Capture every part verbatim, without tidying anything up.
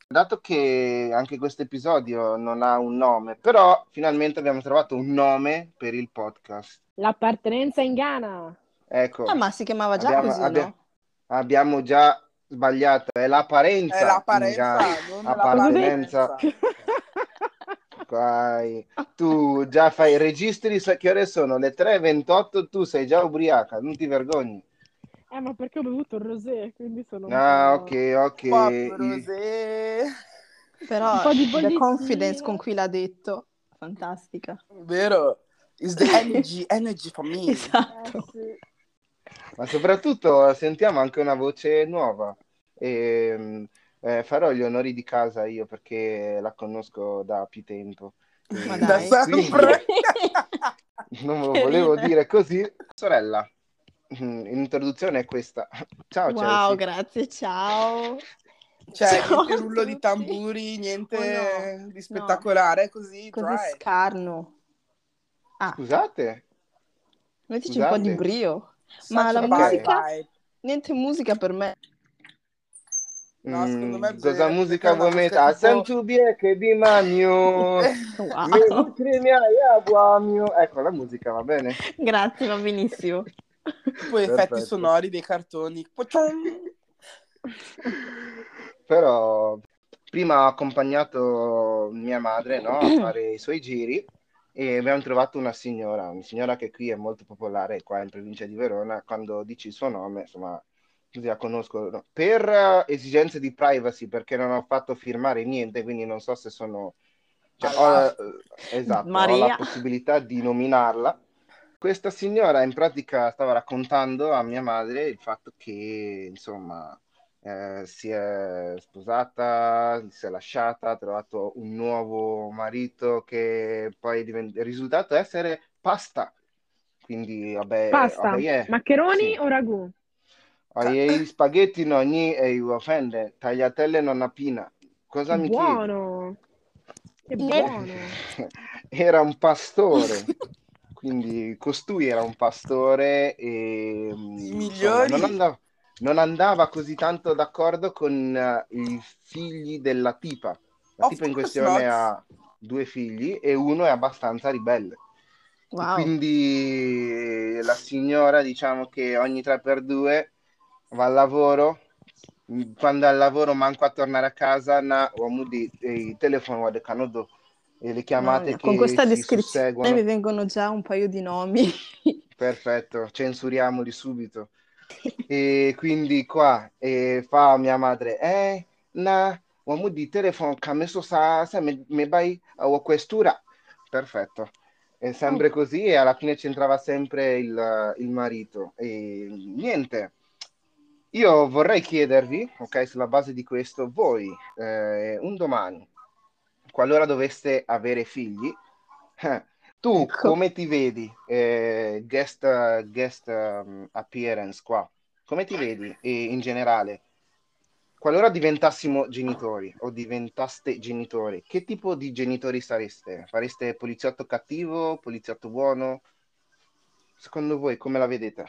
dato che anche questo episodio non ha un nome, però finalmente abbiamo trovato un nome per il podcast. L'appartenenza in Ghana. Ecco, Ah, ma si chiamava già abbiamo, così, abbia- no? abbiamo già sbagliato, è È l'apparenza in l'apparenza, Ghana, non appartenenza. l'appartenenza. Vai. Tu già fai registri, sa che ore sono? Le tre e ventotto, tu sei già ubriaca, non ti vergogni. Eh, ma perché ho bevuto il rosé, quindi sono un Ah, po'... ok, ok. Papà I- Rosé. Però Un po' di the confidence bollicina. con cui l'ha detto, fantastica. Vero? Is the energy, energy for me. Eh, Esatto. sì. Ma soprattutto sentiamo anche una voce nuova. E, eh, farò gli onori di casa io perché la conosco da più tempo. Ma E Da dai. sempre. non lo Che volevo ride. dire così. Sorella, mm, l'introduzione è questa. Ciao Wow, Chelsea. grazie, ciao. Cioè, Ciao niente a rullo di tutti. tamburi, niente Oh no, di no, spettacolare, così, così dry. scarno. Ah, Scusate, mettici un po' di scusate. brio. Ma Such la a Ok. bad musica? vibe. Niente musica per me. No, secondo me Mm, cosa bisognerebbe musica mettere una vuoi musica mettere? tipo... Sento bie che di magno, mi Wow. vuoi a guamio. Ecco, la musica va bene? Grazie, va benissimo. tipo effetti Perfetto. sonori dei cartoni. Pocion! Però prima ho accompagnato mia madre, no, a fare i suoi giri e abbiamo trovato una signora, una signora che qui è molto popolare qua in provincia di Verona. Quando dici il suo nome, insomma, così la conosco, no? Per eh, esigenze di privacy, perché non ho fatto firmare niente, quindi non so se sono... Cioè, ho, Allah. eh, esatto, ho la Maria. possibilità di nominarla. Questa signora in pratica stava raccontando a mia madre il fatto che, insomma, eh, si è sposata, si è lasciata, ha trovato un nuovo marito che poi diven- è risultato essere pasta. Quindi, vabbè, Pasta, vabbè, yeah, maccheroni sì. o ragù? Ca- Ai spaghetti non gli e i offende, tagliatelle non appina. Cosa Che mi chiedi? buono! Che Eh. buono! Era un pastore, quindi costui era un pastore e I mh, insomma non migliori. andava, non andava così tanto d'accordo con eh, i figli della tipa. La Of tipa in course questione not. ha due figli e uno è abbastanza ribelle. E Wow. quindi la signora, diciamo che ogni tre per due va al lavoro, mh, quando è al lavoro manco a tornare a casa, na uomo di il telefono guarda canodo e le Mamma chiamate mia, con che questa si descrizione mi susseguono. vengono già un paio di nomi. Perfetto, censuriamoli subito. E quindi qua e fa mia madre, eh, na uomo di telefono che ha messo sa, sa me, me bai a questura. Perfetto. È Oh, sempre così e alla fine c'entrava sempre il, il marito. E niente, io vorrei chiedervi, ok, sulla base di questo, voi, eh, un domani, qualora doveste avere figli, eh, tu Ecco. come ti vedi? Eh, guest, guest um, appearance qua, come ti vedi eh, in generale? Qualora diventassimo genitori o diventaste genitori, che tipo di genitori sareste? Fareste poliziotto cattivo, poliziotto buono? Secondo voi come la vedete?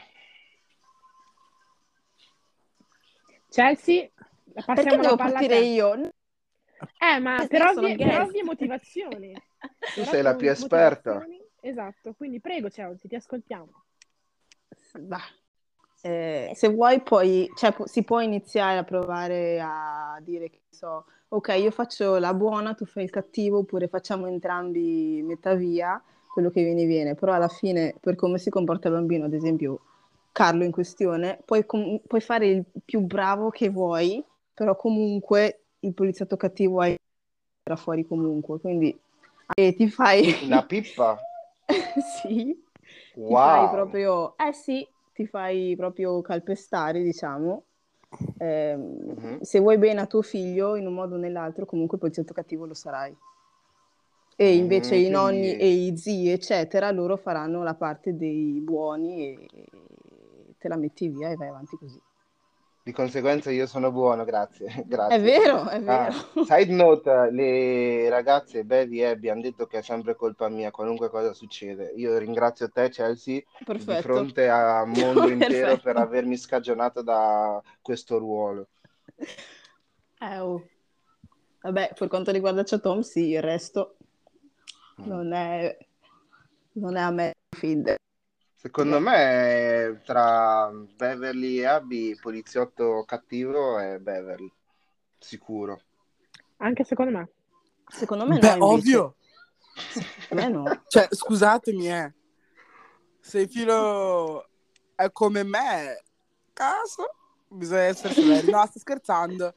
Chelsea, Perché passiamo la devo palla a partire te. io? Eh, ma per Io sono ovvie, per guest. ovvie motivazioni. Tu Per sei ovvie la più mo- esperta. motivazioni. Esatto, quindi prego Chelsea, ti ascoltiamo. Bah. Eh, se vuoi poi, cioè, pu- si può iniziare a provare a dire che so, ok, io faccio la buona, tu fai il cattivo, oppure facciamo entrambi metà via, quello che viene viene, però alla fine, per come si comporta il bambino, ad esempio Carlo in questione, puoi, com- puoi fare il più bravo che vuoi, però comunque il poliziotto cattivo hai era fuori comunque, quindi eh, ti fai Una pippa? sì, ti fai Wow. proprio eh sì, ti fai proprio calpestare, diciamo. Ehm, Mhm, se vuoi bene a tuo figlio, in un modo o nell'altro, comunque il poliziotto cattivo lo sarai. E invece mhm, i nonni e quindi i zii, eccetera, loro faranno la parte dei buoni e te la metti via e vai avanti così. di conseguenza io sono buono, grazie, È grazie. vero, è Ah, vero. side note, le ragazze Bevi e Abby hanno detto che è sempre colpa mia, qualunque cosa succede. Io ringrazio te, Chelsea, di Perfetto. fronte al mondo intero per Perfetto. avermi scagionato da questo ruolo. Eh, oh. Vabbè, per quanto riguarda Chatom, sì, il resto non è, non è a me feed. Secondo me tra Beverly e Abby, poliziotto cattivo è Beverly, sicuro. Anche secondo me. Secondo me Beh, no, invece. ovvio. A me no. Cioè, scusatemi, eh. Se il filo è come me, caso, bisogna essere severi. No, sto scherzando.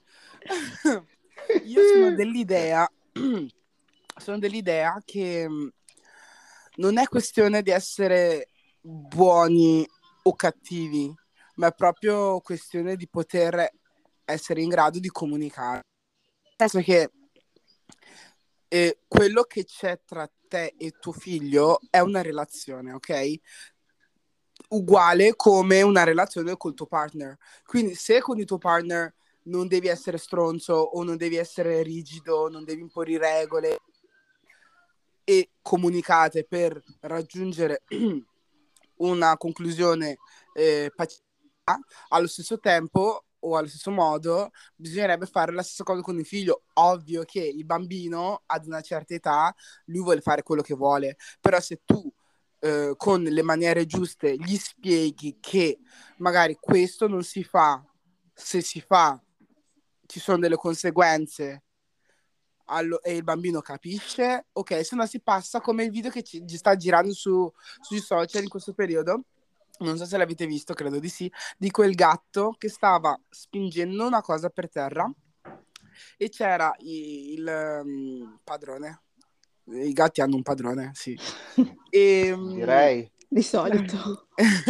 Io sono dell'idea, sono dell'idea che mh, non è questione di essere buoni o cattivi, ma è proprio questione di poter essere in grado di comunicare. Nel senso che eh, quello che c'è tra te e tuo figlio è una relazione, ok? Uguale come una relazione col tuo partner. Quindi se con il tuo partner non devi essere stronzo o non devi essere rigido, non devi imporre regole e comunicate per raggiungere una conclusione eh, pacifica, allo stesso tempo o allo stesso modo bisognerebbe fare la stessa cosa con il figlio. Ovvio che il bambino ad una certa età lui vuole fare quello che vuole, però se tu eh, con le maniere giuste gli spieghi che magari questo non si fa, se si fa ci sono delle conseguenze allo- e il bambino capisce, ok, se no si passa come il video che ci, ci sta girando su, sui social in questo periodo, non so se l'avete visto, credo di sì, di quel gatto che stava spingendo una cosa per terra e c'era i- il, um, padrone. I gatti hanno un padrone, sì. E, um, Direi. Di solito.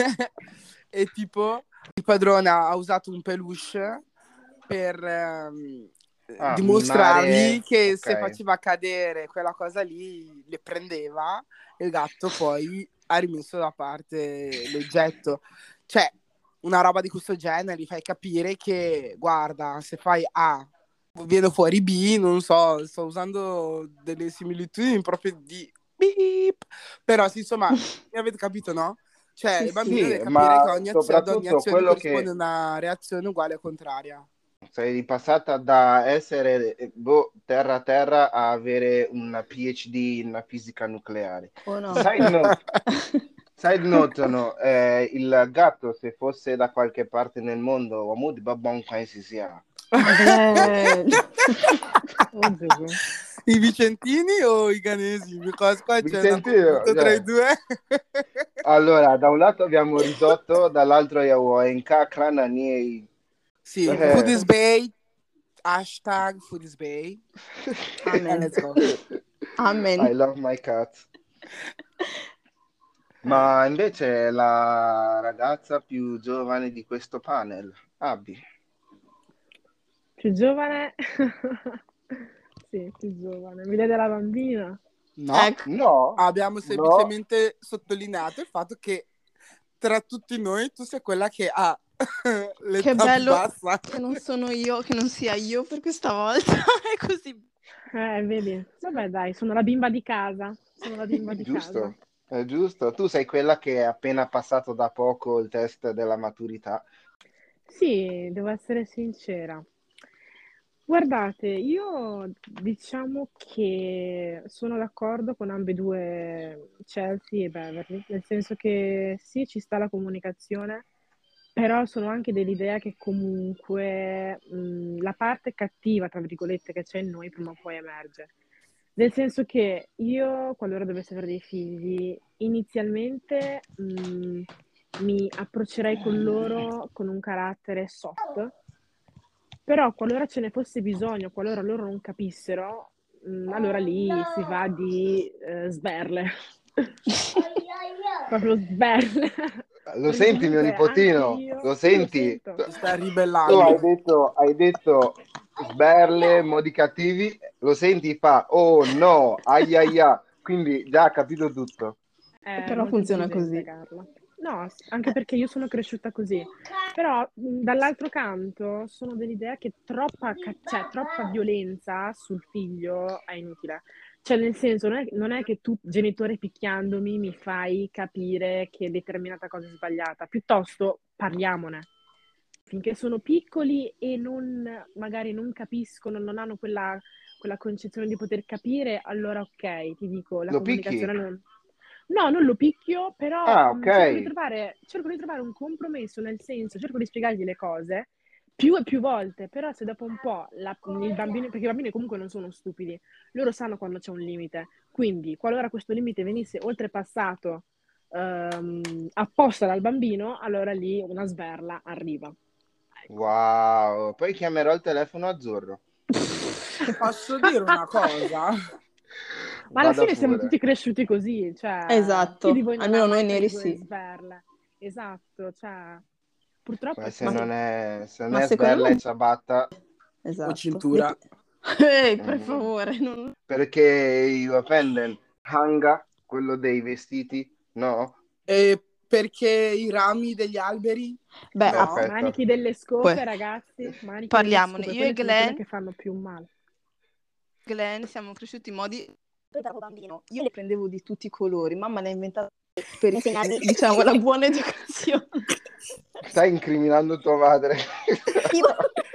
e tipo il padrone ha ha usato un peluche per ehm, Ah, dimostrargli mimare, che ok. se faceva cadere quella cosa lì le prendeva e il gatto poi ha rimesso da parte l'oggetto. Cioè, una roba di questo genere gli fai capire che, guarda, se fai A viene fuori B, non so, sto usando delle similitudini proprio di beep. Però sì, insomma, mi avete capito, no? Cioè, Sì, il bambino sì. Sì, deve capire ma che ogni azio- ad ogni soprattutto azione quello corrisponde che una reazione uguale o contraria. sei passata da essere eh, boh, terra a terra a avere una PhD in fisica nucleare. O no? Side note, side note no, eh, il gatto se fosse da qualche parte nel mondo, uomo di babon qua si sia. Vabbè. Oh Gesù. I vicentini o i ganesi? Because qua c'è una Vicentino, conflitto tra cioè. i due. Allora, da un lato abbiamo risotto, dall'altro abbiamo Enka, Cranani. Sì, food Eh. is bay, hashtag food is bay, and Amen. let's go. Amen. I love my cat. Ma invece la ragazza più giovane di questo panel, Abby. Più giovane? Sì, più giovane. Mi vede la bambina? No, Ecco. No, abbiamo no, semplicemente sottolineato il fatto che tra tutti noi tu sei quella che ha Che l'età più bello bassa. che non sono io, che non sia io per questa volta. È così. Eh, vedi. Vabbè, dai, sono la bimba di casa. Sono la bimba di casa. giusto, è giusto. Tu sei quella che è appena passato da poco il test della maturità. Sì, devo essere sincera. Guardate, io diciamo che sono d'accordo con ambedue Chelsea e Beverly, nel senso che sì, ci sta la comunicazione, però sono anche dell'idea che comunque mh, la parte cattiva, tra virgolette, che c'è in noi prima o poi emerge. Nel senso che io, qualora dovessi avere dei figli, inizialmente mh, mi approccerei con loro con un carattere soft, però qualora ce ne fosse bisogno, qualora loro non capissero, mh, allora lì si va di eh, sberle. Proprio sberle. Lo Perché senti, mio comunque anche nipotino? io Lo sì, lo senti? sento. Tu Si sta hai ribellando. detto, hai detto sberle, modi cattivi, lo senti? Fa, oh no, ai ai ai. Quindi già ha capito tutto. È Però molto funziona intelligente, così. Carla. No, s- anche perché io sono cresciuta così. Però, mh, dall'altro canto, sono dell'idea che troppa, ca- cioè, troppa violenza sul figlio è inutile. Cioè, nel senso, non è, non è che tu, genitore picchiandomi, mi fai capire che determinata cosa è sbagliata. Piuttosto, parliamone. finché sono piccoli e non magari non capiscono, non hanno quella quella concezione di poter capire, allora okay, ti dico, la Lo picchi? comunicazione non no, non lo picchio, però, Ah, mhmm, cerco di ok. trovare cerco di trovare un compromesso, nel senso, cerco di spiegargli le cose più e più volte, però se dopo un po' la il bambino perché i bambini comunque non sono stupidi, loro sanno quando c'è un limite. Quindi, qualora questo limite venisse oltrepassato, uhm, apposta dal bambino, allora lì una sberla arriva. Ecco. Wow. Poi chiamerò il telefono azzurro. Posso dire una cosa? Ma alla Vada fine siamo pure. tutti cresciuti così, cioè chi Esatto, di voi non ha almeno noi mai neri preso le sì. sberle? Esatto, cioè purtroppo Poi è se Ma, non così. è, se non ma è secondo sberla e me, ciabatta, O esatto. cintura. Dip- Ehi, per mm, favore, non... perché io offenden hanga, quello dei vestiti, no? E perché i rami degli alberi? Beh, a- No. Perfetto. Manichi delle poi scope, ragazzi, manichi delle parliamone. scope, Io e quelle sono quelle Glenn, che fanno più male. Glenn siamo cresciuti in modi... Poi da bambino io le prendevo di tutti i colori, mamma ne ha inventato per insegnarmi, diciamo, la buona educazione. Stai incriminando tua madre. Io...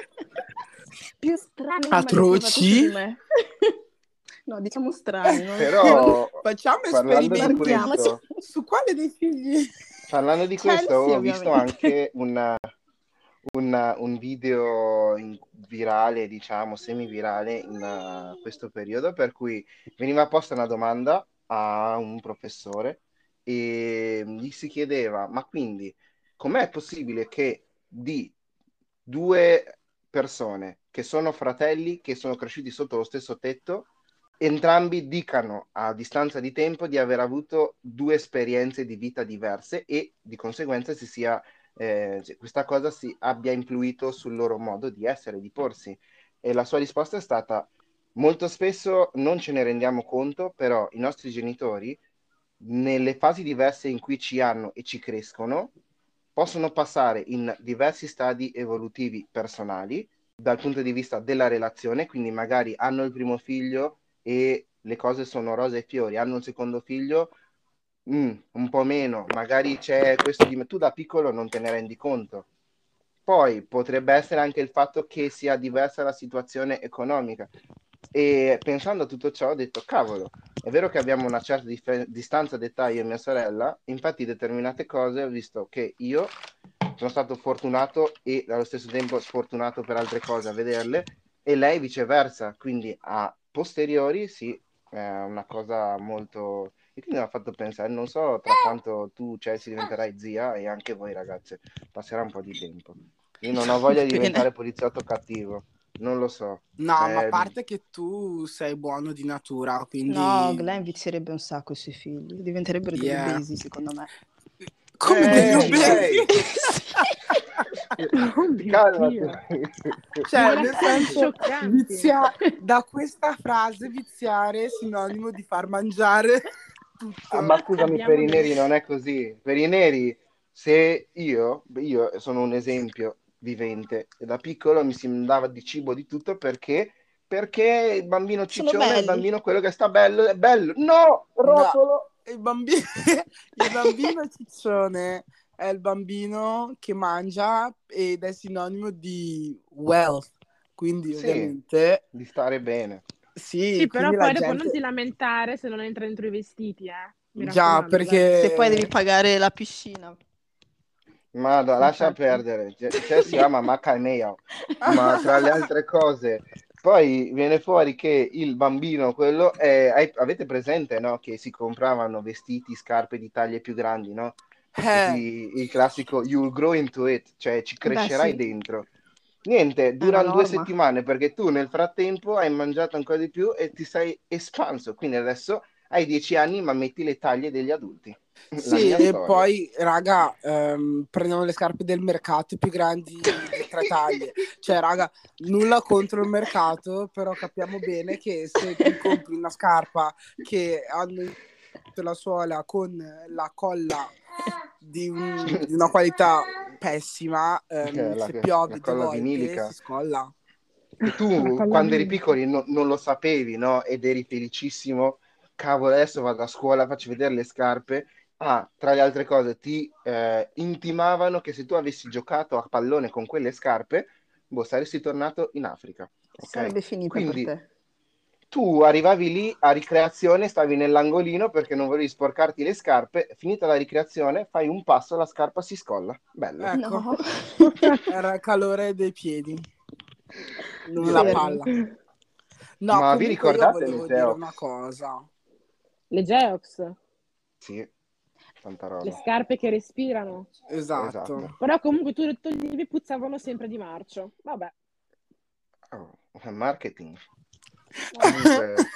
Più strani, mamma ne sapeva tutto Atroci? di me. No, diciamo strani, non... non... Però, Facciamo parlando di esperimenti Allarghiamoci. questo, su quale dei figli? parlando di questo, Chelsea, ho visto ovviamente. anche una, una- un video in- virale, diciamo, semi-virale in uh, questo periodo, per cui veniva posta una domanda a un professore e gli si chiedeva, ma quindi com'è possibile che di due persone che sono fratelli, che sono cresciuti sotto lo stesso tetto, entrambi dicano a distanza di tempo di aver avuto due esperienze di vita diverse e di conseguenza si sia, eh, cioè, questa cosa si abbia influito sul loro modo di essere, di porsi. E la sua risposta è stata: molto spesso non ce ne rendiamo conto, però i nostri genitori, nelle fasi diverse in cui ci hanno e ci crescono, possono passare in diversi stadi evolutivi personali dal punto di vista della relazione, quindi magari hanno il primo figlio e le cose sono rose e fiori, hanno un secondo figlio, mm, un po' meno, magari c'è questo di tu da piccolo non te ne rendi conto. Poi potrebbe essere anche il fatto che sia diversa la situazione economica. E pensando a tutto ciò ho detto, cavolo, è vero che abbiamo una certa dif- distanza d'età io e mia sorella, infatti determinate cose ho visto che io sono stato fortunato e allo stesso tempo sfortunato per altre cose a vederle e lei viceversa, quindi a posteriori sì, è una cosa molto... E quindi mi ha fatto pensare, non so tra quanto tu, Chelsea, diventerai zia e anche voi ragazze, passerà un po' di tempo. Io non ho voglia di diventare Bene. poliziotto cattivo, non lo so. No, ma a Eh, parte che tu sei buono di natura, No, quindi... Glenn vizierebbe un sacco i suoi figli. Diventerebbero degli Yeah. obesi, secondo me. Come degli Ehi, obesi? ehi. Oh mio Calmati. Dio, Cioè, nel rivelazioni senso, scioccanti. vizia... da questa frase viziare è sinonimo di far mangiare Ah, ma tutto. scusami, per Abbiamo i neri delle... non è così. Per i neri, se io, io sono un esempio vivente, e da piccolo mi si dava di cibo di tutto perché, perché il bambino Sono ciccione è il belli. bambino quello che sta bello, è bello. No, No, rotolo! il bambino, il bambino ciccione è il bambino che mangia ed è sinonimo di wealth. Quindi, Sì, ovviamente, di stare bene. sì, Sì, però quindi la poi dopo non ti gente... lamentare se non entra dentro i vestiti, eh. Mi Già, raccomando, dai. Se poi devi perché... pagare la piscina. Madonna, Sì, lascia infatti. perdere. C'è c'è si ama Maca e Meo. Ma tra le altre cose, poi viene fuori che il bambino, quello è, hai- avete presente, no? Che si compravano vestiti, scarpe di taglie più grandi, no? Eh, Così il classico you'll grow into it, cioè ci Beh, crescerai sì, dentro. Niente, è una durano due norma. settimane perché tu nel frattempo hai mangiato ancora di più e ti sei espanso. Quindi adesso hai dieci anni, ma metti le taglie degli adulti. La sì, mia e storia. poi, raga, ehm, prendono le scarpe del mercato più grandi di tre taglie. Cioè, raga, nulla contro il mercato, però capiamo bene che se ti compri una scarpa che hanno la suola con la colla di, un- di una qualità pessima, ehm, La, se la piove due colla volte si vinilica. scolla. Che La tu colla quando eri vinilica. piccoli no- non lo sapevi, no? Ed eri felicissimo. Cavolo, adesso vado a scuola, faccio vedere le scarpe Ah, tra le altre cose, ti eh, intimavano che se tu avessi giocato a pallone con quelle scarpe, boh, saresti tornato in Africa, ok? Sarebbe finita per Quindi te. tu arrivavi lì a ricreazione, stavi nell'angolino perché non volevi sporcarti le scarpe, finita la ricreazione, fai un passo, la scarpa si scolla. Bello. Ecco, No. era il calore dei piedi, non la Direi. palla. No, Ma vi comunque io ricordate le volevo dire una Geox? cosa. Le Geox, Sì, tanta le roba. scarpe che respirano. Esatto. Esatto. Però comunque tu le toglievi e puzzavano sempre di marcio. Vabbè. Oh, marketing. Comunque,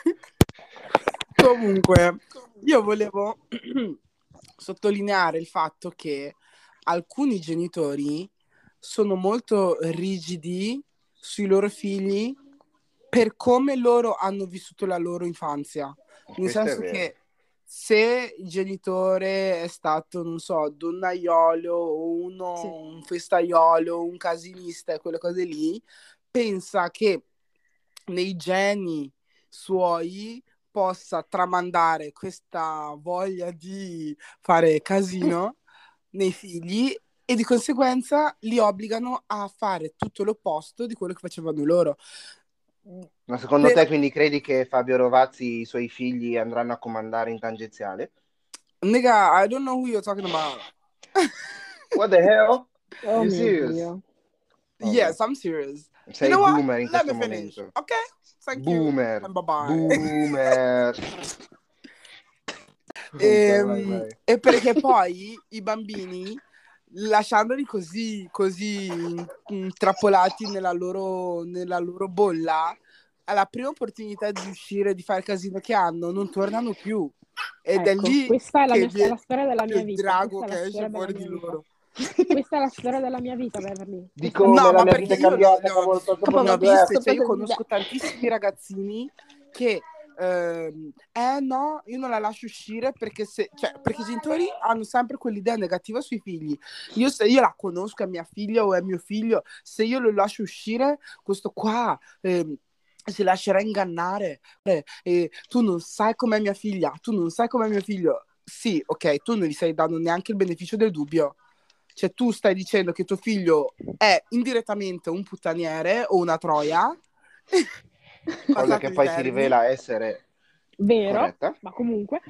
Comunque, io volevo sottolineare il fatto che alcuni genitori sono molto rigidi sui loro figli per come loro hanno vissuto la loro infanzia. Nel questo è senso vero. che se il genitore è stato, non so, donnaiolo o uno, Sì. un festaiolo, un casinista e quelle cose lì, pensa che nei geni suoi possa tramandare questa voglia di fare casino nei figli e di conseguenza li obbligano a fare tutto l'opposto di quello che facevano loro. Ma secondo Per- te quindi credi che Fabio Rovazzi i suoi figli andranno a comandare in tangenziale? Nigga, I don't know who you're talking about. What the hell? Oh You mio serious? Dio. Vabbè. Yes, I'm serious. You Sei know what? boomer in Let questo me finish. momento. Ok? Thank you. Boomer. And bye-bye. Boomer. Comunque, Ehm, vai, vai. E perché poi i bambini, lasciandoli così, così intrappolati nella loro, nella loro bolla, alla prima opportunità di uscire, di fare il casino che hanno, non tornano più. Ed è Ecco, lì questa è la, che mia, è viene la storia della mia il vita. drago Questa è che la esce storia della fuori di mia vita. loro. Questa è la storia della mia vita, Beverly. Di Questa è la come No, la ma mia perché vita è io l'ho, cambiata l'ho- dopo il l'ho sottofondo visto, due. cioè io conosco tantissimi ragazzini che ehm, eh no, io non la lascio uscire perché se, cioè, perché i genitori hanno sempre quell'idea negativa sui figli. Io se io la conosco, è mia figlia o è mio figlio, se io lo lascio uscire, questo qua ehm, si lascerà ingannare. Eh, e tu non sai com'è mia figlia, tu non sai com'è mio figlio. Sì, ok, tu non gli stai dando neanche il beneficio del dubbio. Cioè tu stai dicendo che tuo figlio è indirettamente un puttaniere o una troia, Cosa passate che i poi si termini. rivela essere vero, corretta. ma comunque.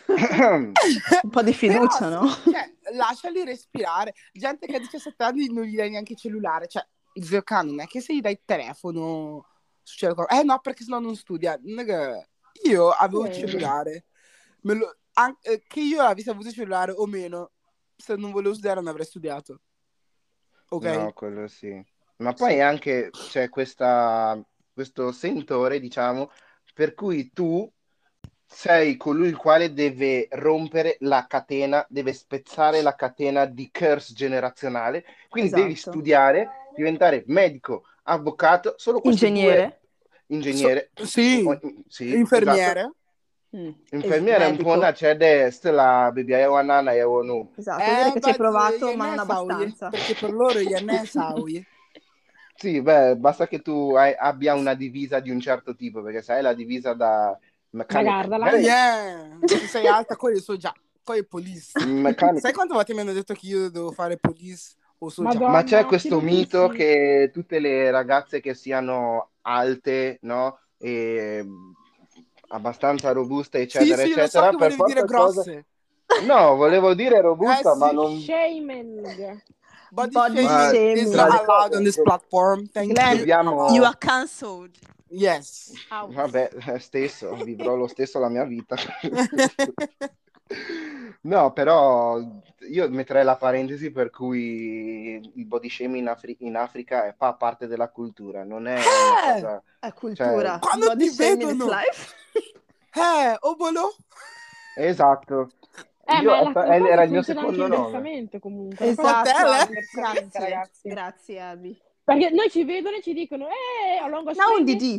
Un po' di fiducia, Però, no? sì, cioè, lasciali respirare. Gente che a diciassette anni non gli dai neanche il cellulare. Cioè, zio Can, non è che se gli dai il telefono succede qualcosa. Eh no, perché sennò non studia. Nigga, io avevo il Eh. cellulare. Me lo- an- eh, che io avessi avuto il cellulare o meno, se non volevo studiare non avrei studiato. Ok? No, quello sì. Ma poi anche c'è questa, questo sentore, diciamo, per cui tu sei colui il quale deve rompere la catena, deve spezzare la catena di curse generazionale, quindi devi Esatto. studiare, diventare medico, avvocato, solo queste due, Ingegnere. ingegnere, So- sì, o- sì, esatto. infermiere. Mm. Infermiera è un po' Medico. una c'è destra la bibia e wanana e wonu. Esatto, vuol dire Eh, che ci hai but, provato, eh, ma non ne sauye, abbastanza. perché per loro io ne sauye. Sì, beh, basta che tu hai- abbia una divisa di un certo tipo, perché sai la divisa da mechanic. Gardala. Hey, Yeah, se sei alta, quelli so già. Poi è police. mechanic. Sai quante volte mi hanno detto che io devo fare police o so già? Madonna. Ma c'è chi questo lo mito dissi? che tutte le ragazze che siano alte, no? E abbastanza robuste, Sì, eccetera, sì, lo so eccetera, che per volevi dire forza cosa... grosse. No, volevo dire robusta, Eh ma sì. non... Shaming. Body, Body shaming shaming. is Tra not le allowed cose on this che platform. Thank Glenn, you. dobbiamo... you are cancelled. Yes. Out. Vabbè, stesso, vivrò lo stesso la mia vita. No, però io metterei la parentesi per cui il body shaming in, Afri- in Africa è- fa parte della cultura, non è una Eh, cosa... È Cioè, cultura. quando Body ti shaming is vedono, life. eh, obolo. esatto. Eh, Io, ma è la, sta- la è- cosa era il mio funziona anche secondo nome. inversamente comunque. La cosa Esatto. funziona Hotel, eh? inversamente, Grazie. ragazzi. Grazie, Abby. Perché noi ci vedono e ci dicono, eh, a lungo No, un spreghi. D D.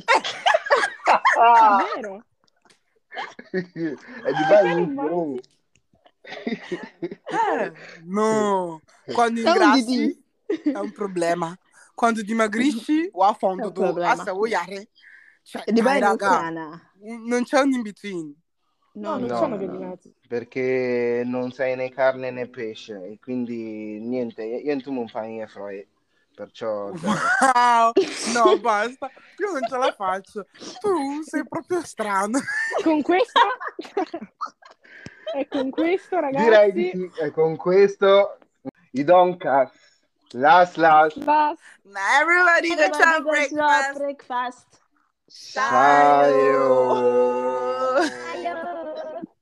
È vero. È di Perché bello, non però. mangi? Eh, no. Quando È un D D. ingrassi è un problema. Quando dimagrisci, o a È fondo un do problema. a savoiare. Cioè, E di dai, bello raga, Ucrania. non c'è un in between. No, No, non No, c'è no, una no, via di no, mezzo. perché non sei né carne né pesce, e quindi niente, io e tu non fai niente, Freud, perciò zero. Wow! No, basta. Io non ce la faccio. Tu sei proprio strano. Con questo e con questo, Direi di ragazzi, sì, e con questo i Donkas, las las, las. Everybody go to Everybody goes to our breakfast. breakfast. sayo. Sayo. Aio.